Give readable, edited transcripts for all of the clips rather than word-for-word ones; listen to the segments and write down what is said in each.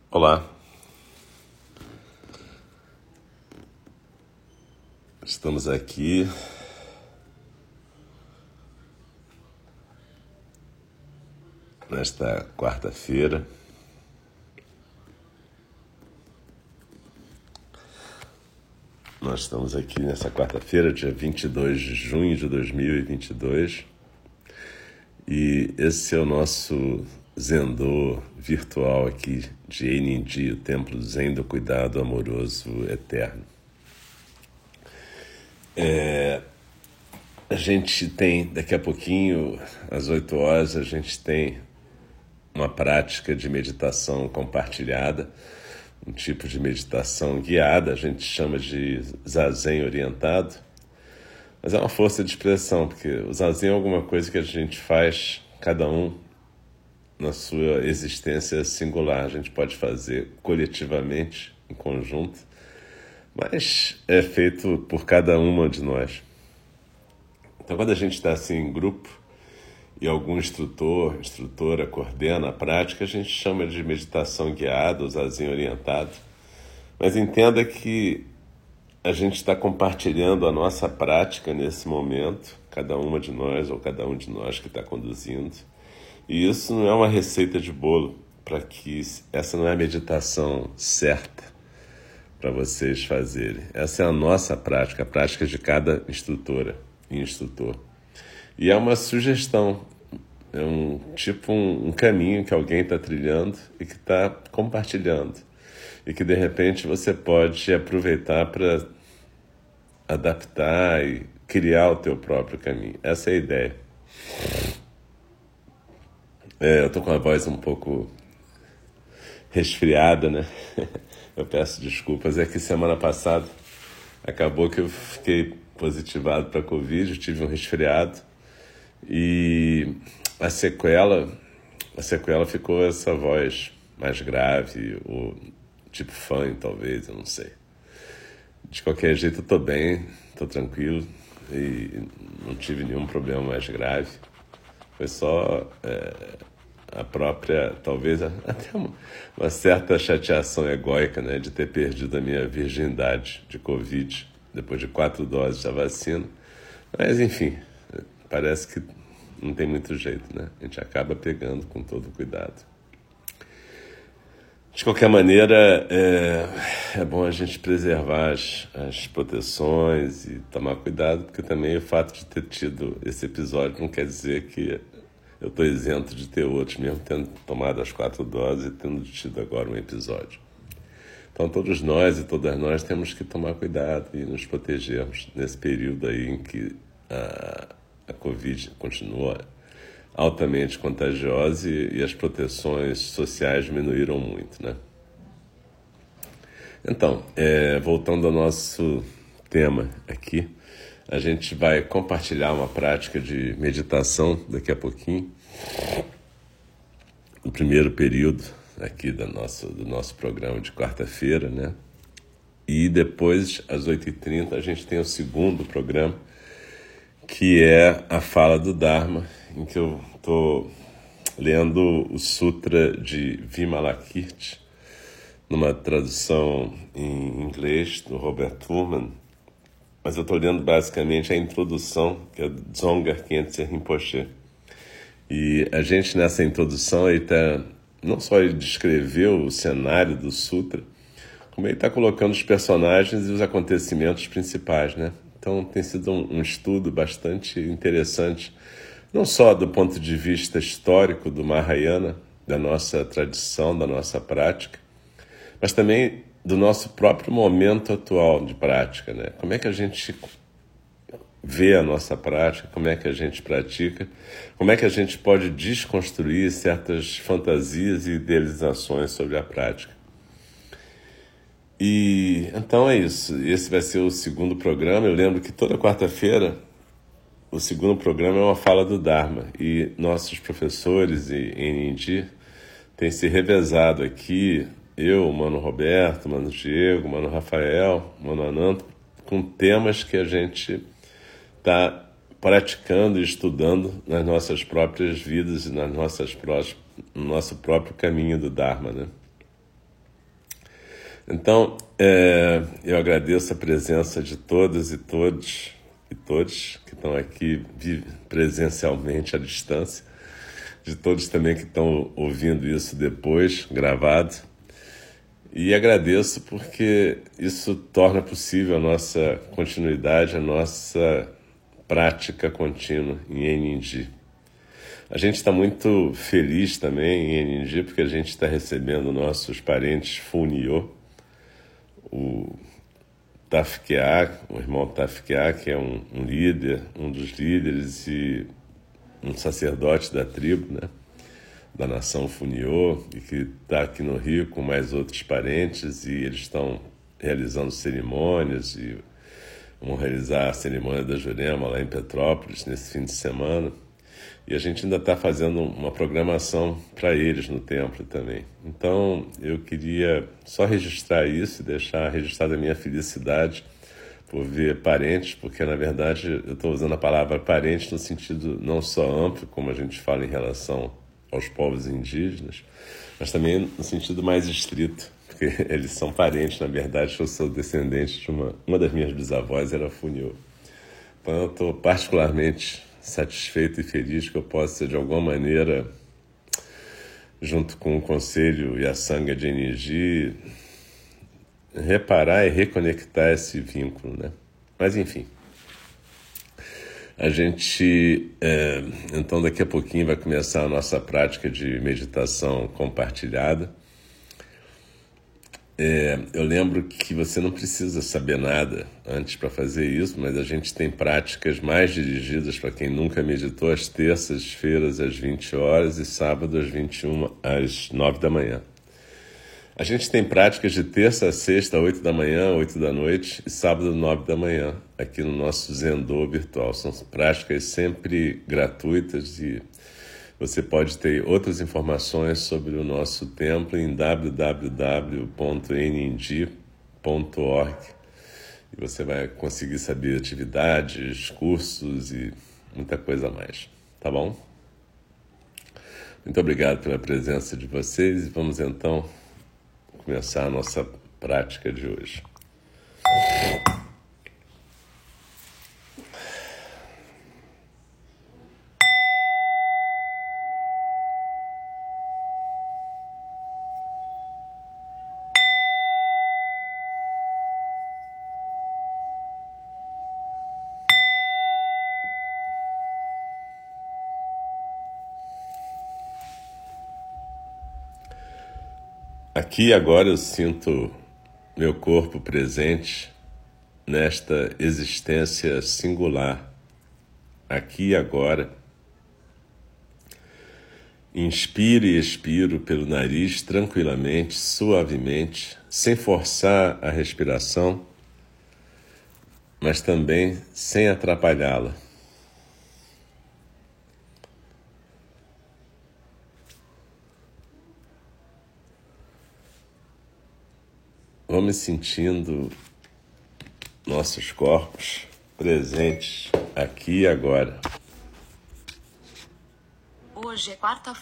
Olá, estamos aqui nesta quarta-feira. Nós estamos aqui nessa quarta-feira, dia 22 de junho de 2022, e esse é o nosso Zendô virtual aqui de Enindi, o Templo Zen do Cuidado Amoroso Eterno. A gente tem, daqui a pouquinho, às 8 horas, a gente tem uma prática de meditação compartilhada, um tipo de meditação guiada, a gente chama de Zazen orientado, mas é uma força de expressão, porque o Zazen é alguma coisa que a gente faz, cada um na sua existência singular. A gente pode fazer coletivamente, em conjunto, mas é feito por cada uma de nós. Então, quando a gente está assim em grupo e algum instrutora coordena a prática, a gente chama de meditação guiada, ou Zazen orientado. Mas entenda que a gente está compartilhando a nossa prática nesse momento, cada uma de nós ou cada um de nós que está conduzindo. E isso não é uma receita de bolo, para que essa não é a meditação certa para vocês fazerem. Essa é a nossa prática, a prática de cada instrutora e instrutor. E é uma sugestão, é um caminho que alguém está trilhando e que está compartilhando. E que de repente você pode aproveitar para adaptar e criar o teu próprio caminho. Essa é a ideia. Eu estou com a voz um pouco resfriada, né? Eu peço desculpas. É que semana passada acabou que eu fiquei positivado para Covid, tive um resfriado e a sequela ficou essa voz mais grave, ou tipo fã, talvez, eu não sei. De qualquer jeito eu estou bem, estou tranquilo e não tive nenhum problema mais grave. Foi só a própria, talvez até uma certa chateação egóica, né, de ter perdido a minha virgindade de Covid, depois de 4 doses da vacina. Mas, enfim, parece que não tem muito jeito, né? A gente acaba pegando com todo cuidado. De qualquer maneira, é bom a gente preservar as proteções e tomar cuidado, porque também o fato de ter tido esse episódio não quer dizer que eu estou isento de ter outros, mesmo tendo tomado as 4 doses e tendo tido agora um episódio. Então, todos nós e todas nós temos que tomar cuidado e nos protegermos nesse período aí em que a Covid continua altamente contagiosa e as proteções sociais diminuíram muito, né? Então, voltando ao nosso tema aqui, a gente vai compartilhar uma prática de meditação daqui a pouquinho, no primeiro período aqui do nosso programa de quarta-feira, né? E depois, às 8h30, a gente tem o segundo programa, que é a fala do Dharma, em que eu estou lendo o Sutra de Vimalakirti, numa tradução em inglês do Robert Thurman, mas eu estou lendo basicamente a introdução, que é do Dzongkar Khyentse Rinpoche. E a gente, nessa introdução, não só ele descreveu o cenário do Sutra, como ele está colocando os personagens e os acontecimentos principais, né? Então tem sido um estudo bastante interessante, não só do ponto de vista histórico do Mahayana, da nossa tradição, da nossa prática, mas também do nosso próprio momento atual de prática, né? Como é que a gente vê a nossa prática, como é que a gente pratica, como é que a gente pode desconstruir certas fantasias e idealizações sobre a prática. E então é isso, esse vai ser o segundo programa. Eu lembro que toda quarta-feira o segundo programa é uma fala do Dharma, e nossos professores em Indi têm se revezado aqui, eu, o Mano Roberto, o Mano Diego, o Mano Rafael, o Mano Ananto, com temas que a gente está praticando e estudando nas nossas próprias vidas e no nosso próprio caminho do Dharma, né? Então, eu agradeço a presença de todas e todos que estão aqui presencialmente à distância, de todos também que estão ouvindo isso depois, gravado. E agradeço porque isso torna possível a nossa continuidade, a nossa prática contínua em Enindi. A gente está muito feliz também em Enindi porque a gente está recebendo nossos parentes Funyo, o Tafkeá, o irmão Tafkeá, que é um líder, um dos líderes e um sacerdote da tribo, né, da nação Funyo, e que está aqui no Rio com mais outros parentes, e eles estão realizando cerimônias e vão realizar a cerimônia da Jurema lá em Petrópolis nesse fim de semana. E a gente ainda está fazendo uma programação para eles no templo também. Então, eu queria só registrar isso e deixar registrada a minha felicidade por ver parentes, porque, na verdade, eu estou usando a palavra parente no sentido não só amplo, como a gente fala em relação aos povos indígenas, mas também no sentido mais estrito, porque eles são parentes, na verdade. Eu sou descendente de uma das minhas bisavós, era Funyo. Então, eu estou particularmente satisfeito e feliz que eu possa, de alguma maneira, junto com o Conselho e a Sangha de Enindi, reparar e reconectar esse vínculo, né? Mas, enfim, a gente, então, daqui a pouquinho vai começar a nossa prática de meditação compartilhada. Eu lembro que você não precisa saber nada antes para fazer isso, mas a gente tem práticas mais dirigidas para quem nunca meditou, às terças-feiras às 20 horas e sábado às 9 da manhã. A gente tem práticas de terça a sexta, 8 da manhã, 8 da noite e sábado, 9 da manhã, aqui no nosso Zendô virtual. São práticas sempre gratuitas e você pode ter outras informações sobre o nosso templo em www.enindi.org e você vai conseguir saber atividades, cursos e muita coisa mais, tá bom? Muito obrigado pela presença de vocês e vamos então começar a nossa prática de hoje. Aqui e agora eu sinto meu corpo presente nesta existência singular. Aqui e agora. Inspiro e expiro pelo nariz tranquilamente, suavemente, sem forçar a respiração, mas também sem atrapalhá-la. Vamos sentindo nossos corpos presentes aqui e agora. Hoje é quarta-feira.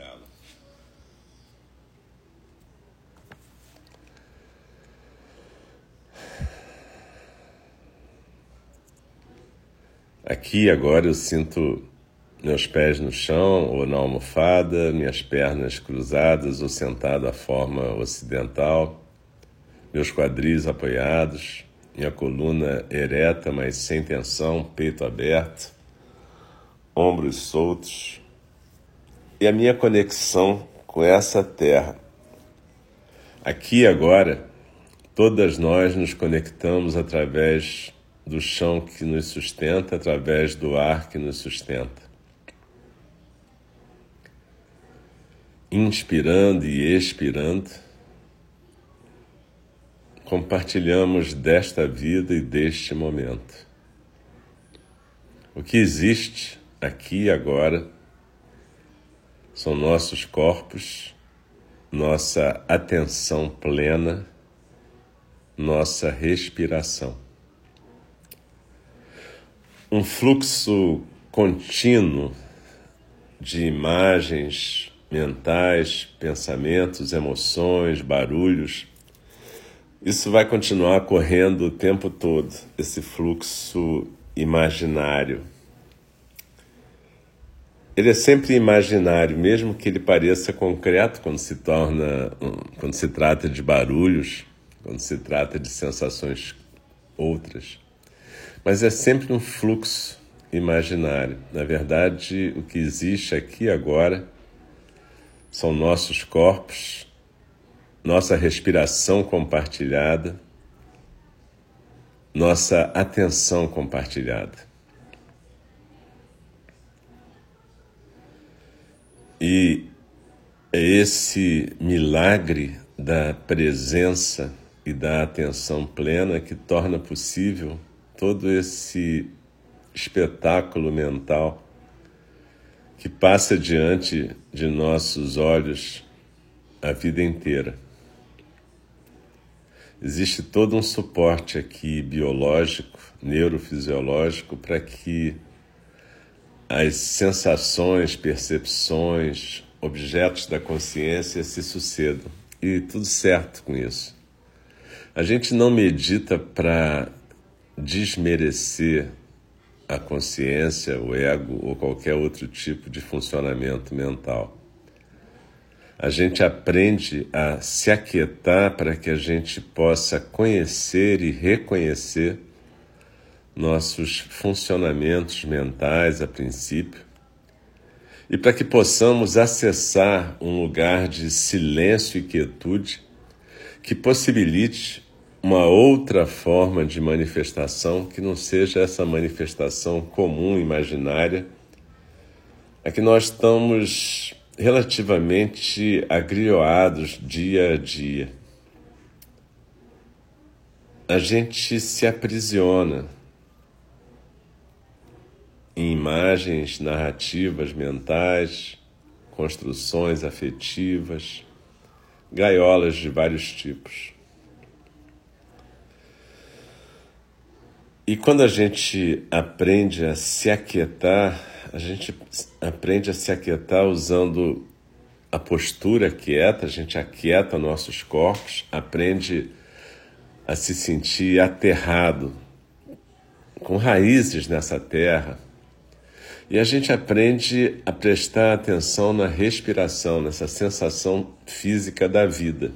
Aqui e agora eu sinto meus pés no chão ou na almofada, minhas pernas cruzadas ou sentado à forma ocidental, meus quadris apoiados, minha coluna ereta, mas sem tensão, peito aberto, ombros soltos, e a minha conexão com essa terra. Aqui e agora, todas nós nos conectamos através do chão que nos sustenta, através do ar que nos sustenta. Inspirando e expirando, compartilhamos desta vida e deste momento. O que existe aqui e agora são nossos corpos, nossa atenção plena, nossa respiração. Um fluxo contínuo de imagens mentais, pensamentos, emoções, barulhos Isso vai continuar correndo o tempo todo, esse fluxo imaginário. Ele é sempre imaginário, mesmo que ele pareça concreto quando se trata de barulhos, quando se trata de sensações outras. Mas é sempre um fluxo imaginário. Na verdade, o que existe aqui agora são nossos corpos, nossa respiração compartilhada, nossa atenção compartilhada. E é esse milagre da presença e da atenção plena que torna possível todo esse espetáculo mental que passa diante de nossos olhos a vida inteira. Existe todo um suporte aqui biológico, neurofisiológico, para que as sensações, percepções, objetos da consciência se sucedam. E tudo certo com isso. A gente não medita para desmerecer a consciência, o ego ou qualquer outro tipo de funcionamento mental. A gente aprende a se aquietar para que a gente possa conhecer e reconhecer nossos funcionamentos mentais a princípio, e para que possamos acessar um lugar de silêncio e quietude que possibilite uma outra forma de manifestação que não seja essa manifestação comum, imaginária, a que nós estamos relativamente agrilhoados dia a dia. A gente se aprisiona em imagens, narrativas mentais, construções afetivas, gaiolas de vários tipos. E quando a gente aprende a se aquietar, a gente aprende a se aquietar usando a postura quieta, a gente aquieta nossos corpos, aprende a se sentir aterrado, com raízes nessa terra. E a gente aprende a prestar atenção na respiração, nessa sensação física da vida.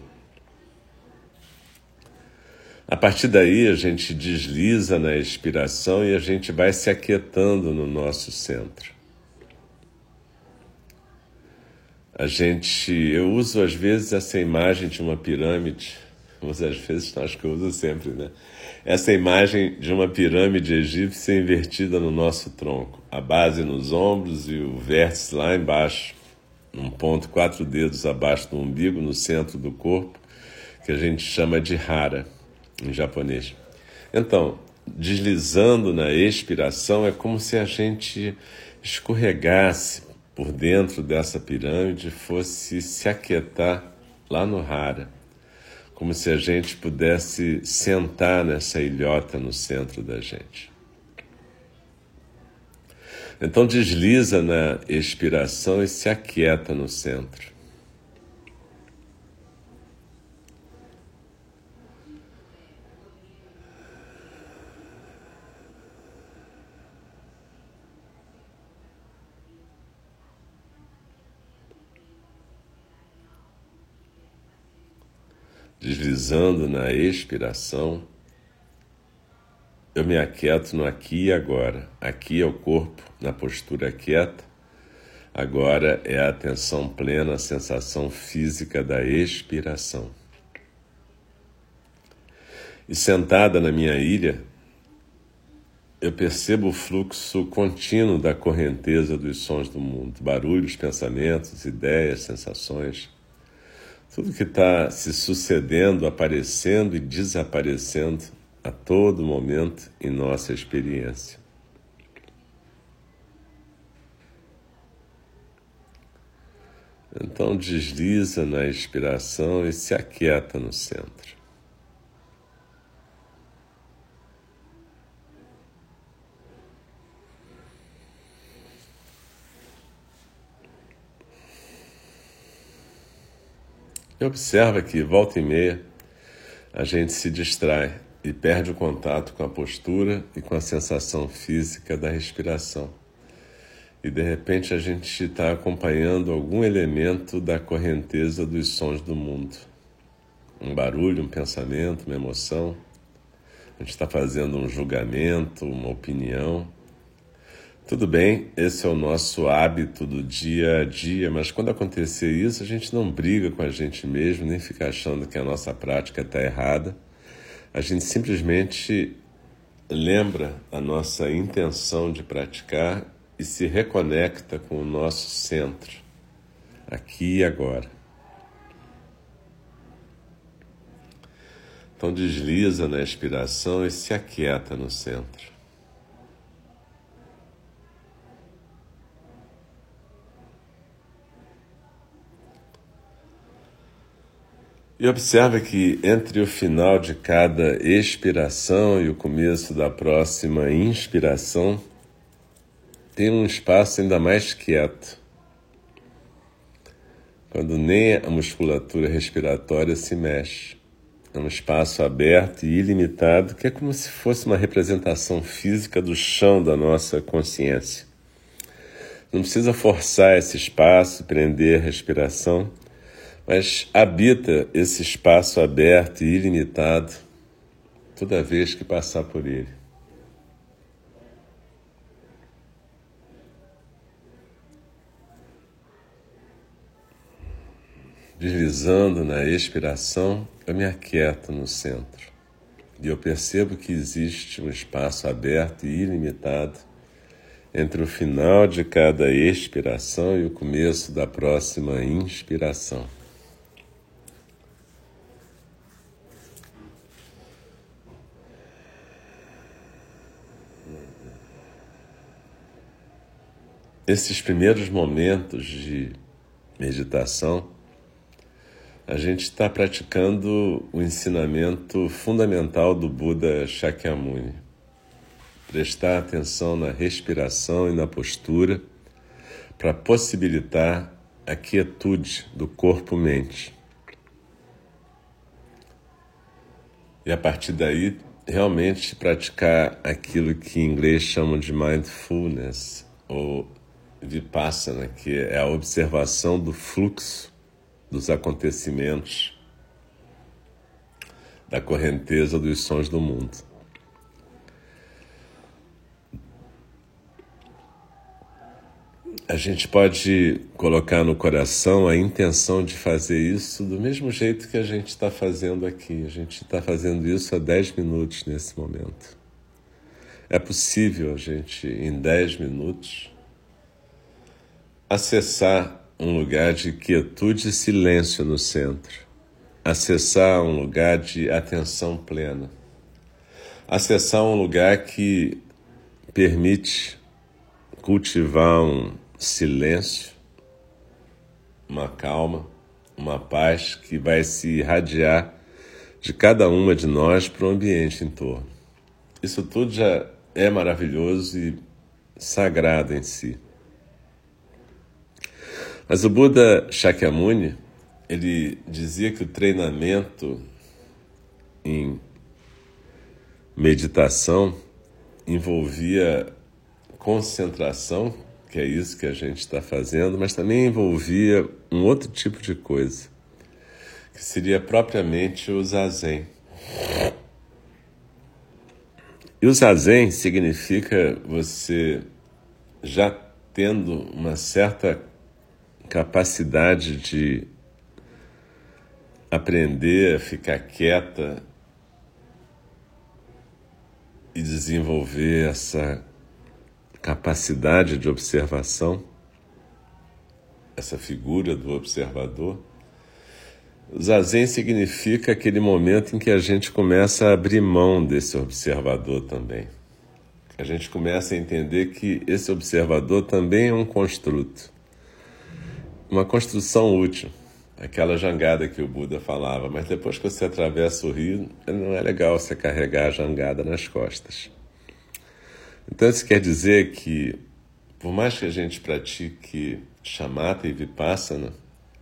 A partir daí, a gente desliza na expiração e a gente vai se aquietando no nosso centro. Eu uso às vezes essa imagem de uma pirâmide, às vezes, acho que eu uso sempre, né? Essa imagem de uma pirâmide egípcia invertida no nosso tronco, a base nos ombros e o vértice lá embaixo, num ponto 4 dedos abaixo do umbigo, no centro do corpo, que a gente chama de hara, em japonês. Então, deslizando na expiração, é como se a gente escorregasse por dentro dessa pirâmide e fosse se aquietar lá no hara. Como se a gente pudesse sentar nessa ilhota no centro da gente. Então desliza na expiração e se aquieta no centro. Deslizando na expiração, eu me aquieto no aqui e agora. Aqui é o corpo na postura quieta. Agora é a atenção plena, a sensação física da expiração. E sentada na minha ilha, eu percebo o fluxo contínuo da correnteza dos sons do mundo. Barulhos, pensamentos, ideias, sensações. Tudo que está se sucedendo, aparecendo e desaparecendo a todo momento em nossa experiência. Então desliza na expiração e se aquieta no centro. E observa que, volta e meia, a gente se distrai e perde o contato com a postura e com a sensação física da respiração. E de repente a gente está acompanhando algum elemento da correnteza dos sons do mundo. Um barulho, um pensamento, uma emoção. A gente está fazendo um julgamento, uma opinião. Tudo bem, esse é o nosso hábito do dia a dia, mas quando acontecer isso, a gente não briga com a gente mesmo, nem fica achando que a nossa prática está errada. A gente simplesmente lembra a nossa intenção de praticar e se reconecta com o nosso centro, aqui e agora. Então desliza na expiração e se aquieta no centro. E observa que entre o final de cada expiração e o começo da próxima inspiração, tem um espaço ainda mais quieto, quando nem a musculatura respiratória se mexe. É um espaço aberto e ilimitado, que é como se fosse uma representação física do chão da nossa consciência. Não precisa forçar esse espaço, prender a respiração, mas habita esse espaço aberto e ilimitado toda vez que passar por ele. Deslizando na expiração, eu me aquieto no centro e eu percebo que existe um espaço aberto e ilimitado entre o final de cada expiração e o começo da próxima inspiração. Esses primeiros momentos de meditação, a gente está praticando o ensinamento fundamental do Buda Shakyamuni. Prestar atenção na respiração e na postura para possibilitar a quietude do corpo-mente. E a partir daí, realmente praticar aquilo que em inglês chamam de mindfulness, ou vipassana, que é a observação do fluxo dos acontecimentos, da correnteza dos sons do mundo. A gente pode colocar no coração a intenção de fazer isso do mesmo jeito que a gente está fazendo aqui. A gente está fazendo isso há 10 minutos nesse momento. É possível a gente, em 10 minutos, acessar um lugar de quietude e silêncio no centro. Acessar um lugar de atenção plena. Acessar um lugar que permite cultivar um silêncio, uma calma, uma paz que vai se irradiar de cada uma de nós para o ambiente em torno. Isso tudo já é maravilhoso e sagrado em si. Mas o Buda Shakyamuni, ele dizia que o treinamento em meditação envolvia concentração, que é isso que a gente está fazendo, mas também envolvia um outro tipo de coisa, que seria propriamente o zazen. E o zazen significa você já tendo uma certa capacidade de aprender a ficar quieta e desenvolver essa capacidade de observação, essa figura do observador. O zazen significa aquele momento em que a gente começa a abrir mão desse observador também. A gente começa a entender que esse observador também é um construto. Uma construção útil, aquela jangada que o Buda falava, mas depois que você atravessa o rio, não é legal você carregar a jangada nas costas. Então isso quer dizer que, por mais que a gente pratique shamatha e vipassana,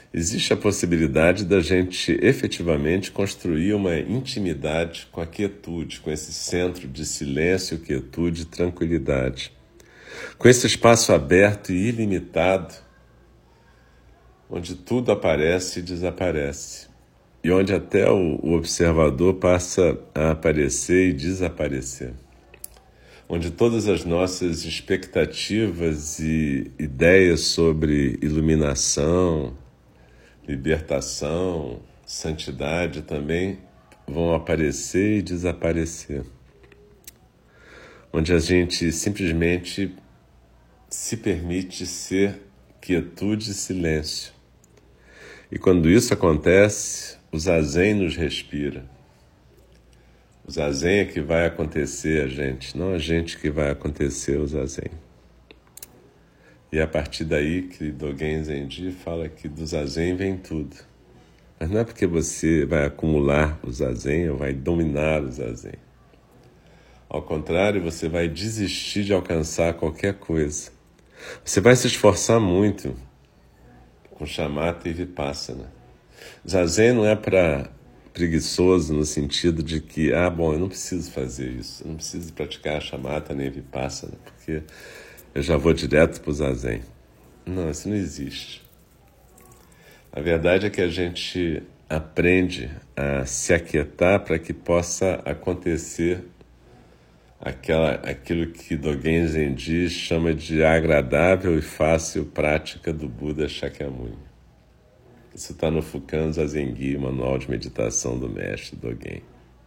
existe a possibilidade da gente efetivamente construir uma intimidade com a quietude, com esse centro de silêncio, quietude e tranquilidade, com esse espaço aberto e ilimitado, onde tudo aparece e desaparece, e onde até o observador passa a aparecer e desaparecer, onde todas as nossas expectativas e ideias sobre iluminação, libertação, santidade também vão aparecer e desaparecer, onde a gente simplesmente se permite ser quietude e silêncio. E quando isso acontece, o zazen nos respira. O zazen é que vai acontecer a gente, não a gente que vai acontecer o zazen. E é a partir daí que Dogen Zenji fala que do zazen vem tudo. Mas não é porque você vai acumular o zazen ou vai dominar o zazen. Ao contrário, você vai desistir de alcançar qualquer coisa. Você vai se esforçar muito com shamatha e vipassana. Zazen não é para preguiçoso no sentido de que, eu não preciso fazer isso, eu não preciso praticar shamatha nem vipassana, porque eu já vou direto para o zazen. Não, isso não existe. A verdade é que a gente aprende a se aquietar para que possa acontecer aquilo que Dogen Zenji chama de agradável e fácil prática do Buda Shakyamuni. Isso está no Fukan Zazengi, manual de meditação do mestre Dogen.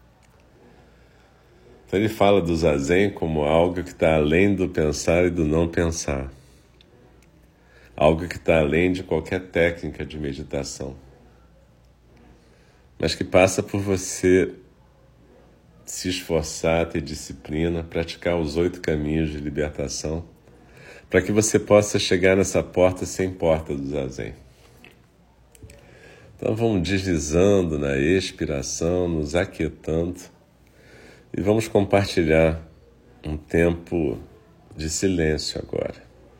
Então ele fala do zazen como algo que está além do pensar e do não pensar. Algo que está além de qualquer técnica de meditação. Mas que passa por você se esforçar, ter disciplina, praticar os 8 caminhos de libertação, para que você possa chegar nessa porta sem porta do zazen. Então vamos deslizando na expiração, nos aquietando e vamos compartilhar um tempo de silêncio agora.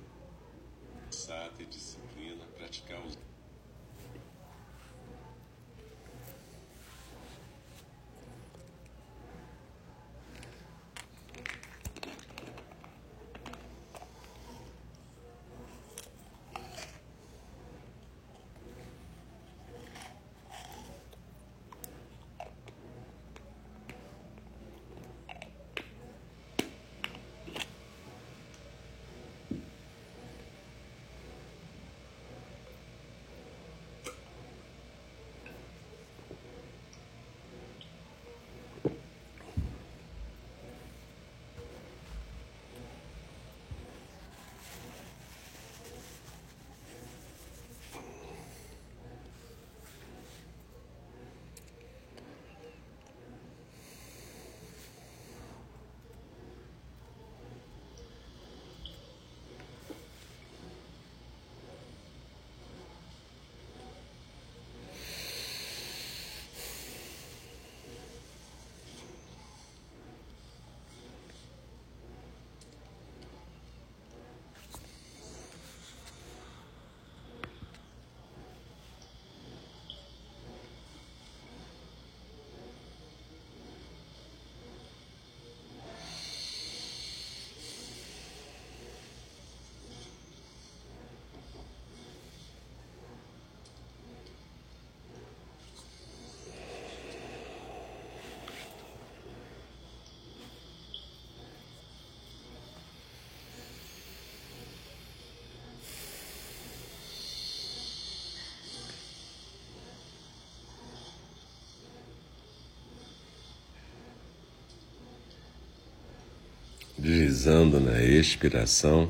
Deslizando na expiração.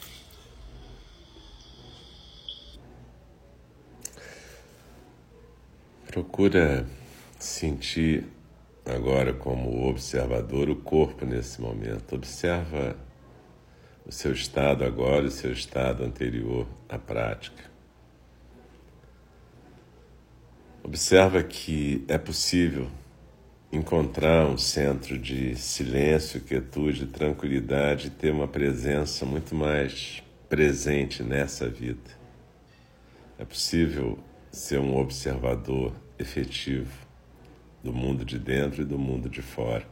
Procura sentir agora como observador o corpo nesse momento. Observa o seu estado agora e o seu estado anterior à prática. Observa que é possível encontrar um centro de silêncio, quietude, tranquilidade e ter uma presença muito mais presente nessa vida. É possível ser um observador efetivo do mundo de dentro e do mundo de fora.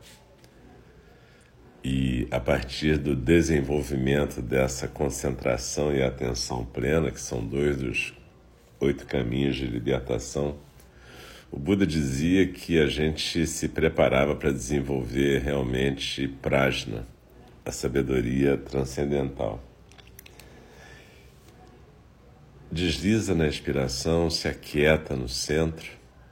E a partir do desenvolvimento dessa concentração e atenção plena, que são 2 dos 8 caminhos de libertação, o Buda dizia que a gente se preparava para desenvolver realmente prajna, a sabedoria transcendental. Desliza na inspiração, se aquieta no centro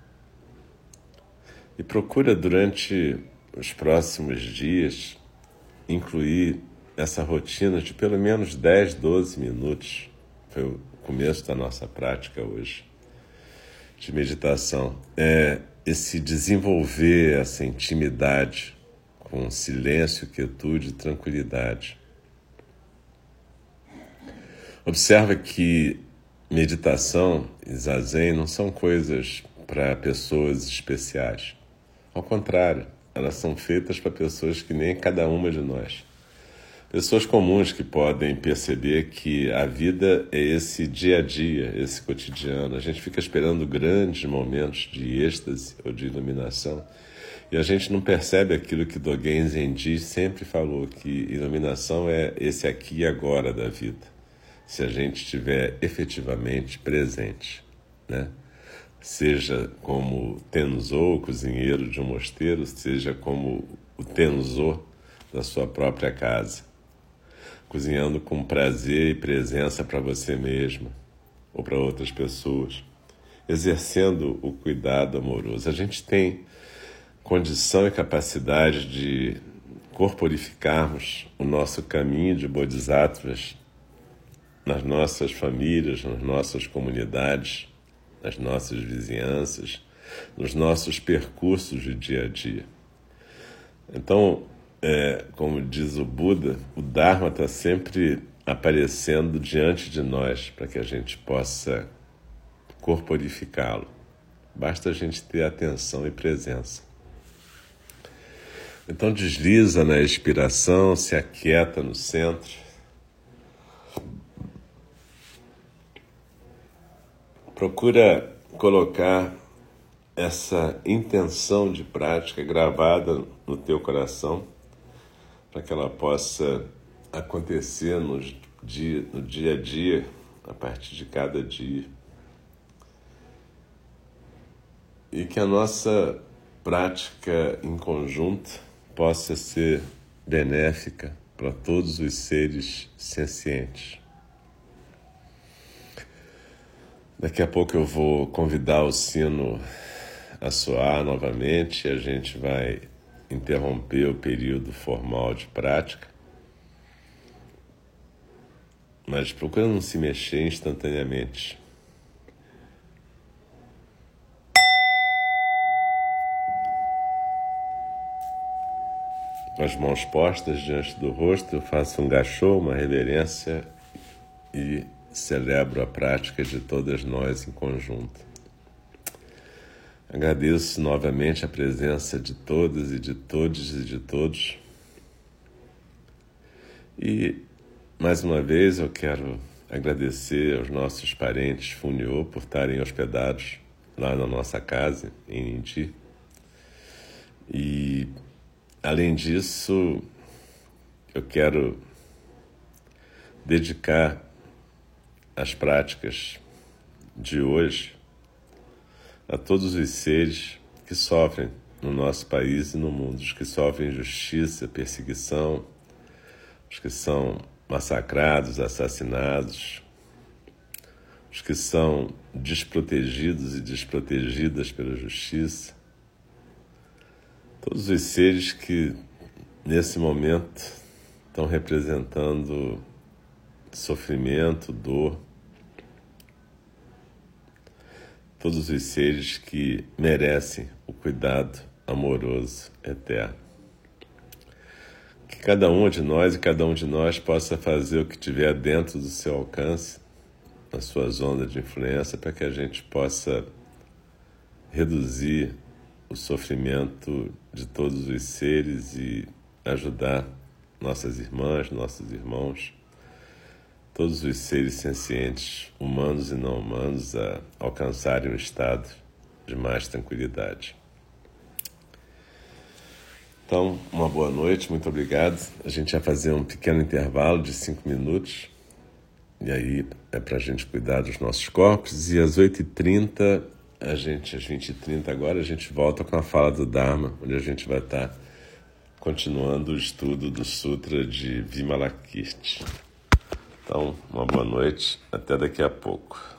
e procura durante os próximos dias incluir essa rotina de pelo menos 10, 12 minutos. Foi o começo da nossa prática hoje de meditação. Esse desenvolver essa intimidade com silêncio, quietude e tranquilidade. Observa que meditação e zazen não são coisas para pessoas especiais. Ao contrário, elas são feitas para pessoas que nem cada uma de nós. Pessoas comuns que podem perceber que a vida é esse dia a dia, esse cotidiano. A gente fica esperando grandes momentos de êxtase ou de iluminação e a gente não percebe aquilo que Dogen Zenji sempre falou, que iluminação é esse aqui e agora da vida, se a gente estiver efetivamente presente, né? Seja como Tenzou, cozinheiro de um mosteiro, seja como o Tenzou da sua própria casa, cozinhando com prazer e presença para você mesmo ou para outras pessoas, exercendo o cuidado amoroso. A gente tem condição e capacidade de corporificarmos o nosso caminho de bodhisattvas nas nossas famílias, nas nossas comunidades, nas nossas vizinhanças, nos nossos percursos de dia a dia. Então, como diz o Buda, o Dharma está sempre aparecendo diante de nós para que a gente possa corporificá-lo. Basta a gente ter atenção e presença. Então desliza na expiração, se aquieta no centro. Procura colocar essa intenção de prática gravada no teu coração, para que ela possa acontecer no dia a dia, a partir de cada dia. E que a nossa prática em conjunto possa ser benéfica para todos os seres sencientes. Daqui a pouco eu vou convidar o sino a soar novamente e a gente vai interromper o período formal de prática. Mas procura não se mexer instantaneamente. Com as mãos postas diante do rosto, eu faço um gachô, uma reverência e celebro a prática de todas nós em conjunto. Agradeço novamente a presença de todas e de todos e de todos. E, mais uma vez, eu quero agradecer aos nossos parentes Funyo por estarem hospedados lá na nossa casa, em Indi. E, além disso, eu quero dedicar as práticas de hoje a todos os seres que sofrem no nosso país e no mundo, os que sofrem injustiça, perseguição, os que são massacrados, assassinados, os que são desprotegidos e desprotegidas pela justiça, todos os seres que nesse momento estão representando sofrimento, dor, todos os seres que merecem o cuidado amoroso eterno. Que cada um de nós e cada um de nós possa fazer o que tiver dentro do seu alcance, na sua zona de influência, para que a gente possa reduzir o sofrimento de todos os seres e ajudar nossas irmãs, nossos irmãos, todos os seres sencientes, humanos e não humanos, a alcançarem um estado de mais tranquilidade. Então, uma boa noite, muito obrigado. A gente vai fazer um pequeno intervalo de 5 minutos, e aí é para a gente cuidar dos nossos corpos, e às 8h30, às 20h30 agora, a gente volta com a fala do Dharma, onde a gente vai estar continuando o estudo do Sutra de Vimalakirti. Então, uma boa noite, até daqui a pouco.